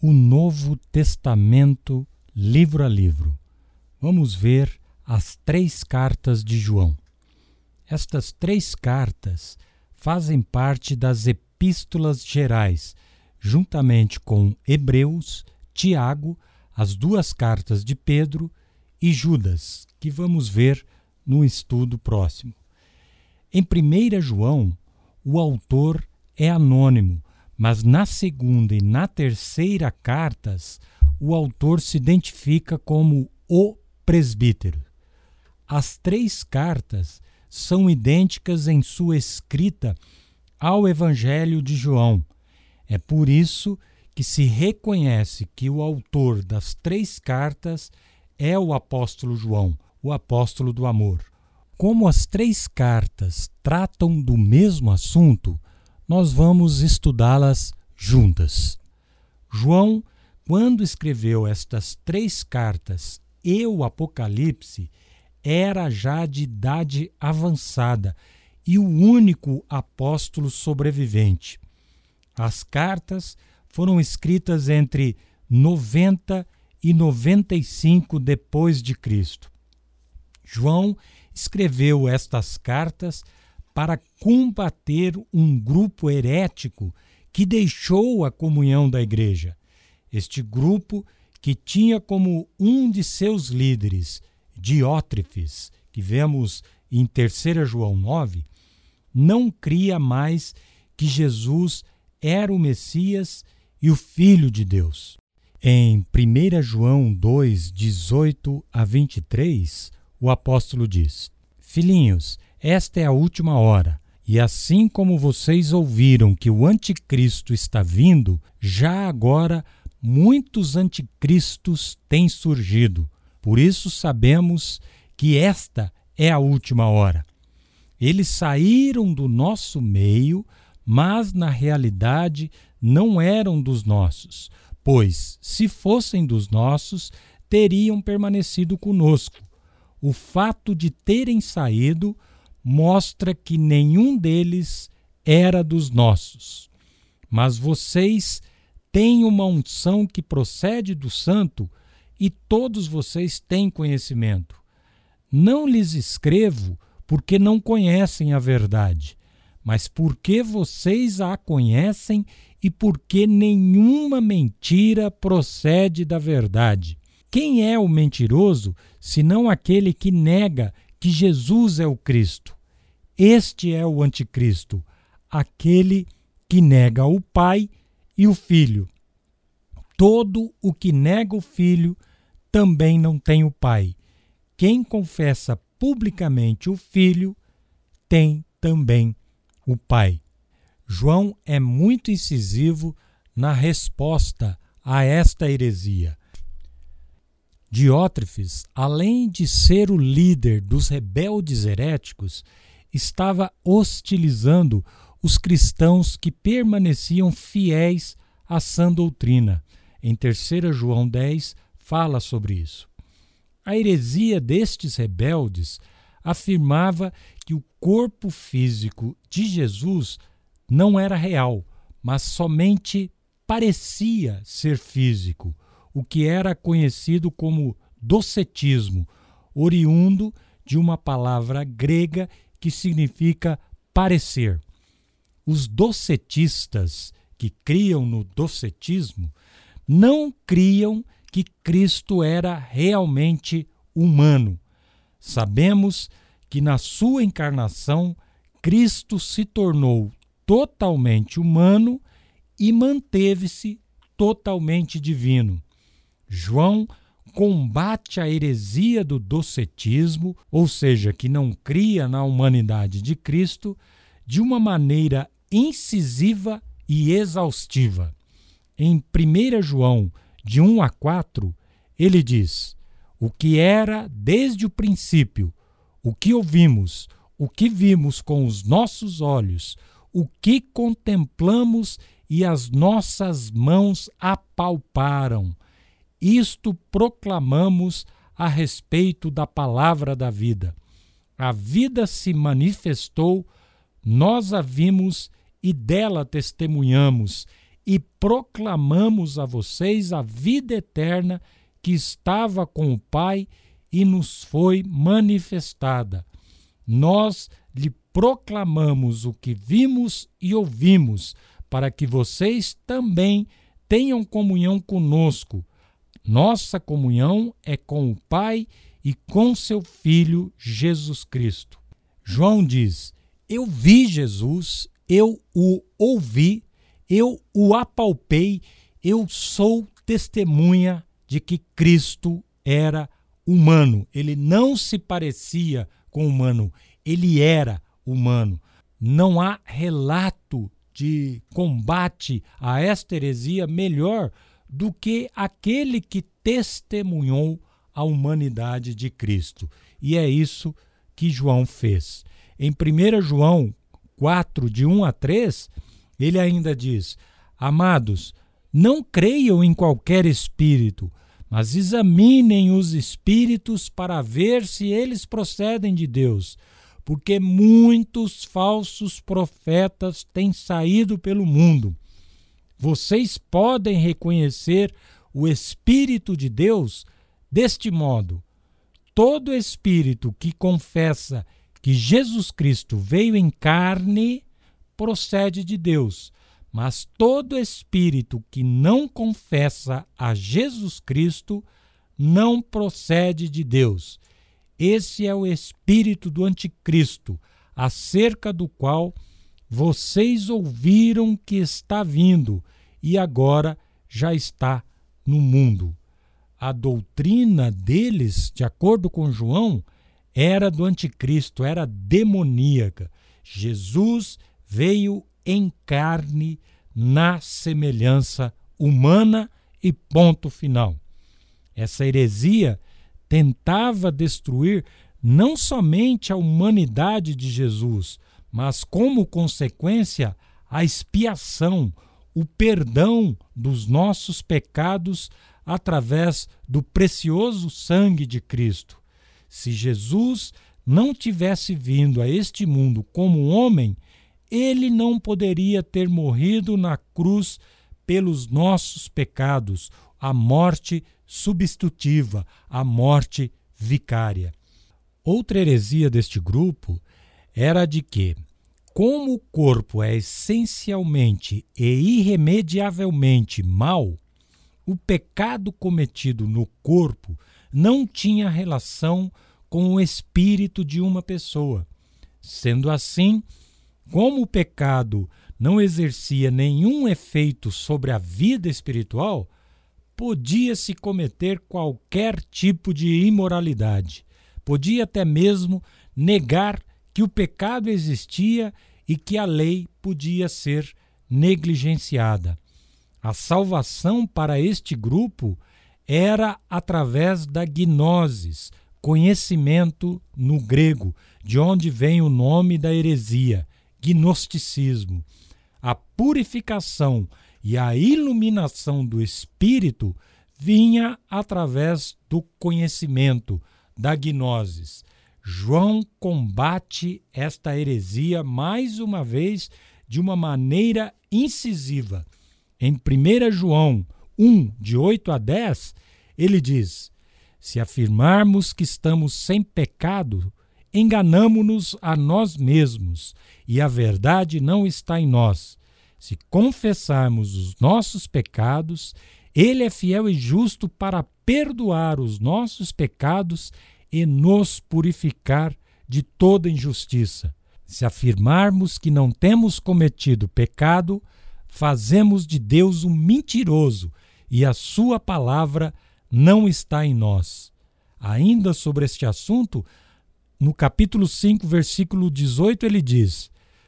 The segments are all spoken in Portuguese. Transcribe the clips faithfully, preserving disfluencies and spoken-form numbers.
o Novo Testamento, livro a livro. Vamos ver as três cartas de João. Estas três cartas fazem parte das epístolas gerais, juntamente com Hebreus, Tiago, as duas cartas de Pedro e Judas, que vamos ver no estudo próximo. Em primeira João, o autor é anônimo, mas na segunda e na terceira cartas, o autor se identifica como o presbítero. As três cartas são idênticas em sua escrita ao Evangelho de João. É por isso que se reconhece que o autor das três cartas é o apóstolo João, o apóstolo do amor. Como as três cartas tratam do mesmo assunto, nós vamos estudá-las juntas. João, quando escreveu estas três cartas e o Apocalipse, era já de idade avançada e o único apóstolo sobrevivente. As cartas foram escritas entre noventa e noventa e cinco depois de Cristo. João escreveu estas cartas para combater um grupo herético que deixou a comunhão da igreja. Este grupo, que tinha como um de seus líderes Diótrefes, que vemos em terceira João nove, não cria mais que Jesus era o Messias e o Filho de Deus. Em primeira João dois, dezoito a vinte e três, o apóstolo diz: Filhinhos, esta é a última hora, e assim como vocês ouviram que o anticristo está vindo, já agora muitos anticristos têm surgido. Por isso sabemos que esta é a última hora. Eles saíram do nosso meio, mas na realidade não eram dos nossos, pois, se fossem dos nossos, teriam permanecido conosco. O fato de terem saído mostra que nenhum deles era dos nossos. Mas vocês têm uma unção que procede do Santo e todos vocês têm conhecimento. Não lhes escrevo porque não conhecem a verdade, mas porque vocês a conhecem e porque nenhuma mentira procede da verdade. Quem é o mentiroso, senão aquele que nega que Jesus é o Cristo? Este é o anticristo, aquele que nega o Pai e o Filho. Todo o que nega o Filho também não tem o Pai. Quem confessa publicamente o Filho tem também o Pai. João é muito incisivo na resposta a esta heresia. Diótrefes, além de ser o líder dos rebeldes heréticos, estava hostilizando os cristãos que permaneciam fiéis à sã doutrina. Em terceira João dez, fala sobre isso. A heresia destes rebeldes afirmava que o corpo físico de Jesus não era real, mas somente parecia ser físico, o que era conhecido como docetismo, oriundo de uma palavra grega que significa parecer. Os docetistas, que criam no docetismo, não criam que Cristo era realmente humano. Sabemos que na sua encarnação, Cristo se tornou totalmente humano e manteve-se totalmente divino. João combate a heresia do docetismo, ou seja, que não cria na humanidade de Cristo, de uma maneira incisiva e exaustiva. Em primeira João, de um a quatro, ele diz: o que era desde o princípio, o que ouvimos, o que vimos com os nossos olhos, o que contemplamos e as nossas mãos apalparam. Isto proclamamos a respeito da palavra da vida. A vida se manifestou, nós a vimos e dela testemunhamos, e proclamamos a vocês a vida eterna que estava com o Pai e nos foi manifestada. Nós lhe proclamamos o que vimos e ouvimos, para que vocês também tenham comunhão conosco. Nossa comunhão é com o Pai e com seu Filho Jesus Cristo. João diz: eu vi Jesus, eu o ouvi, eu o apalpei, eu sou testemunha de que Cristo era humano. Ele não se parecia com humano, ele era humano. Não há relato de combate a esta heresia melhor do que aquele que testemunhou a humanidade de Cristo. E é isso que João fez. Em primeiro João quatro, de um a três, ele ainda diz: amados, não creiam em qualquer espírito, mas examinem os espíritos para ver se eles procedem de Deus, porque muitos falsos profetas têm saído pelo mundo. Vocês podem reconhecer o Espírito de Deus deste modo: todo espírito que confessa que Jesus Cristo veio em carne procede de Deus, mas todo espírito que não confessa a Jesus Cristo não procede de Deus. Esse é o espírito do anticristo, acerca do qual vocês ouviram que está vindo e agora já está no mundo. A doutrina deles, de acordo com João, era do anticristo, era demoníaca. Jesus veio em carne na semelhança humana e ponto final. Essa heresia tentava destruir não somente a humanidade de Jesus, mas como consequência a expiação, o perdão dos nossos pecados através do precioso sangue de Cristo. Se Jesus não tivesse vindo a este mundo como homem, ele não poderia ter morrido na cruz pelos nossos pecados, a morte substitutiva, a morte vicária. Outra heresia deste grupo era a de que, como o corpo é essencialmente e irremediavelmente mau, o pecado cometido no corpo não tinha relação com o espírito de uma pessoa. Sendo assim, como o pecado não exercia nenhum efeito sobre a vida espiritual, podia-se cometer qualquer tipo de imoralidade. Podia até mesmo negar que o pecado existia e que a lei podia ser negligenciada. A salvação para este grupo era através da gnosis, conhecimento no grego, de onde vem o nome da heresia, gnosticismo. A purificação e a iluminação do espírito vinha através do conhecimento, da gnosis. João combate esta heresia mais uma vez de uma maneira incisiva. Em primeiro João um, de oito a dez, ele diz: se afirmarmos que estamos sem pecado, enganamo-nos a nós mesmos, e a verdade não está em nós. Se confessarmos os nossos pecados, ele é fiel e justo para perdoar os nossos pecados e nos purificar de toda injustiça. Se afirmarmos que não temos cometido pecado, fazemos de Deus um mentiroso e a sua palavra não está em nós. Ainda sobre este assunto, no capítulo cinco, versículo dezoito, ele diz: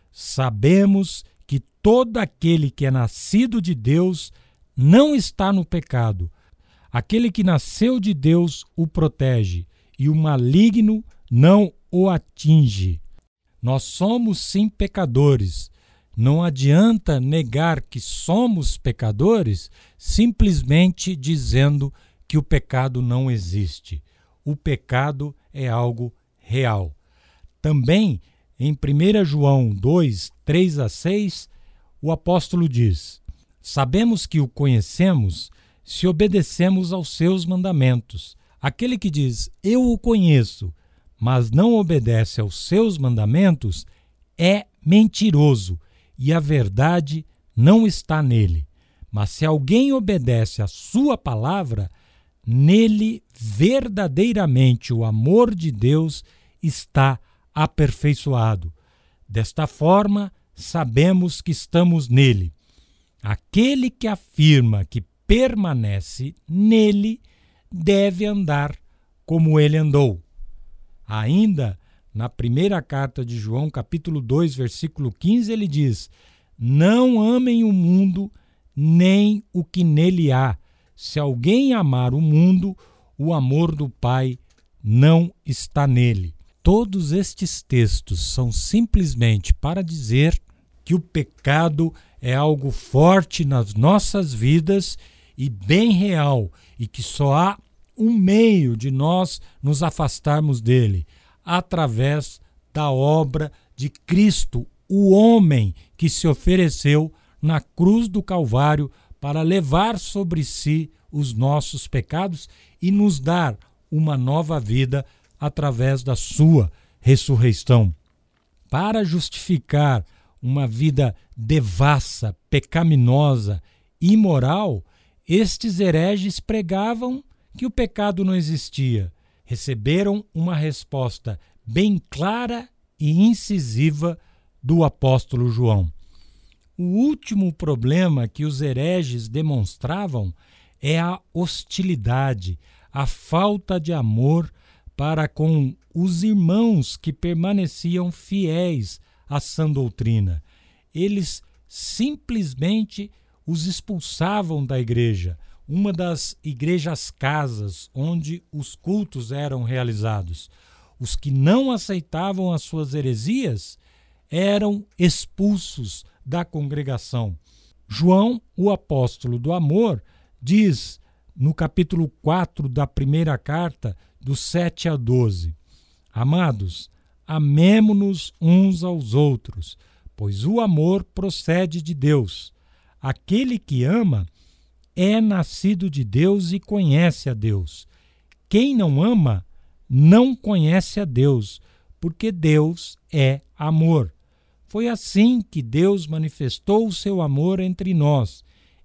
sabemos que todo aquele que é nascido de Deus não está no pecado. Aquele que nasceu de Deus o protege, e o maligno não o atinge. Nós somos sim pecadores. Não adianta negar que somos pecadores simplesmente dizendo que o pecado não existe. O pecado é algo real. Também, em primeiro João dois, três a seis, o apóstolo diz: Sabemos que o conhecemos se obedecemos aos seus mandamentos. Aquele que diz, eu o conheço, mas não obedece aos seus mandamentos, é mentiroso e a verdade não está nele. Mas se alguém obedece à sua palavra, nele verdadeiramente o amor de Deus está aperfeiçoado. Desta forma, sabemos que estamos nele. Aquele que afirma que permanece nele deve andar como ele andou. Ainda na primeira carta de João, capítulo dois, versículo quinze, ele diz: não amem o mundo, nem o que nele há. Se alguém amar o mundo, o amor do Pai não está nele. Todos estes textos são simplesmente para dizer que o pecado é algo forte nas nossas vidas e bem real, e que só há um meio de nós nos afastarmos dele, através da obra de Cristo, o homem que se ofereceu na cruz do Calvário para levar sobre si os nossos pecados e nos dar uma nova vida através da sua ressurreição. Para justificar uma vida devassa, pecaminosa, imoral, estes hereges pregavam que o pecado não existia. Receberam uma resposta bem clara e incisiva do apóstolo João. O último problema que os hereges demonstravam é a hostilidade, a falta de amor para com os irmãos que permaneciam fiéis à sã doutrina. Eles simplesmente os expulsavam da igreja, uma das igrejas casas onde os cultos eram realizados. Os que não aceitavam as suas heresias eram expulsos da congregação. João, o apóstolo do amor, diz no capítulo quatro da primeira carta, do sete a doze: Amados, amemo-nos uns aos outros, pois o amor procede de Deus. Aquele que ama é nascido de Deus e conhece a Deus. Quem não ama não conhece a Deus, porque Deus é amor. Foi assim que Deus manifestou o seu amor entre nós.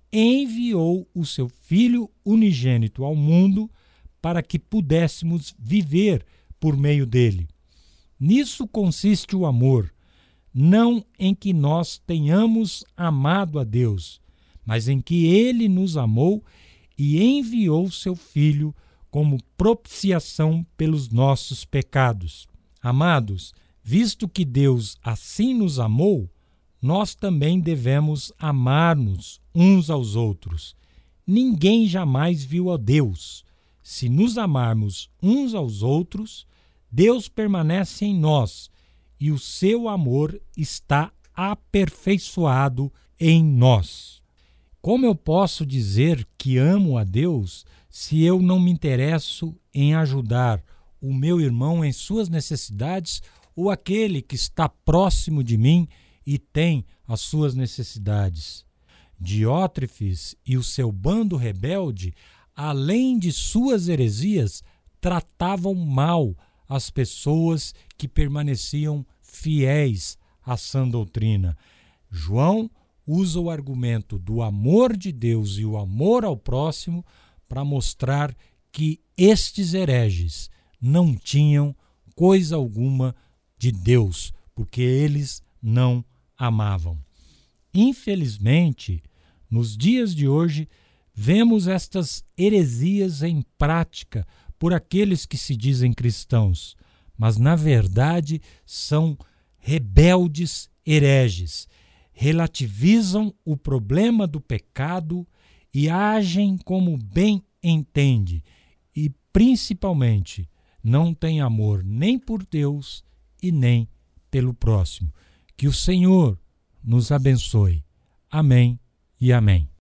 Enviou o seu Filho unigênito ao mundo para que pudéssemos viver por meio dele. Nisso consiste o amor, não em que nós tenhamos amado a Deus, mas em que ele nos amou e enviou seu Filho como propiciação pelos nossos pecados. Amados, visto que Deus assim nos amou, nós também devemos amar-nos uns aos outros. Ninguém jamais viu a Deus. Se nos amarmos uns aos outros, Deus permanece em nós e o seu amor está aperfeiçoado em nós. Como eu posso dizer que amo a Deus se eu não me interesso em ajudar o meu irmão em suas necessidades ou aquele que está próximo de mim e tem as suas necessidades? Diótrefes e o seu bando rebelde, além de suas heresias, tratavam mal as pessoas que permaneciam fiéis à sã doutrina. João usa o argumento do amor de Deus e o amor ao próximo para mostrar que estes hereges não tinham coisa alguma de Deus, porque eles não amavam. Infelizmente, nos dias de hoje, vemos estas heresias em prática por aqueles que se dizem cristãos, mas na verdade são rebeldes hereges, relativizam o problema do pecado e agem como bem entende e, principalmente, não têm amor nem por Deus e nem pelo próximo. Que o Senhor nos abençoe. Amém e amém.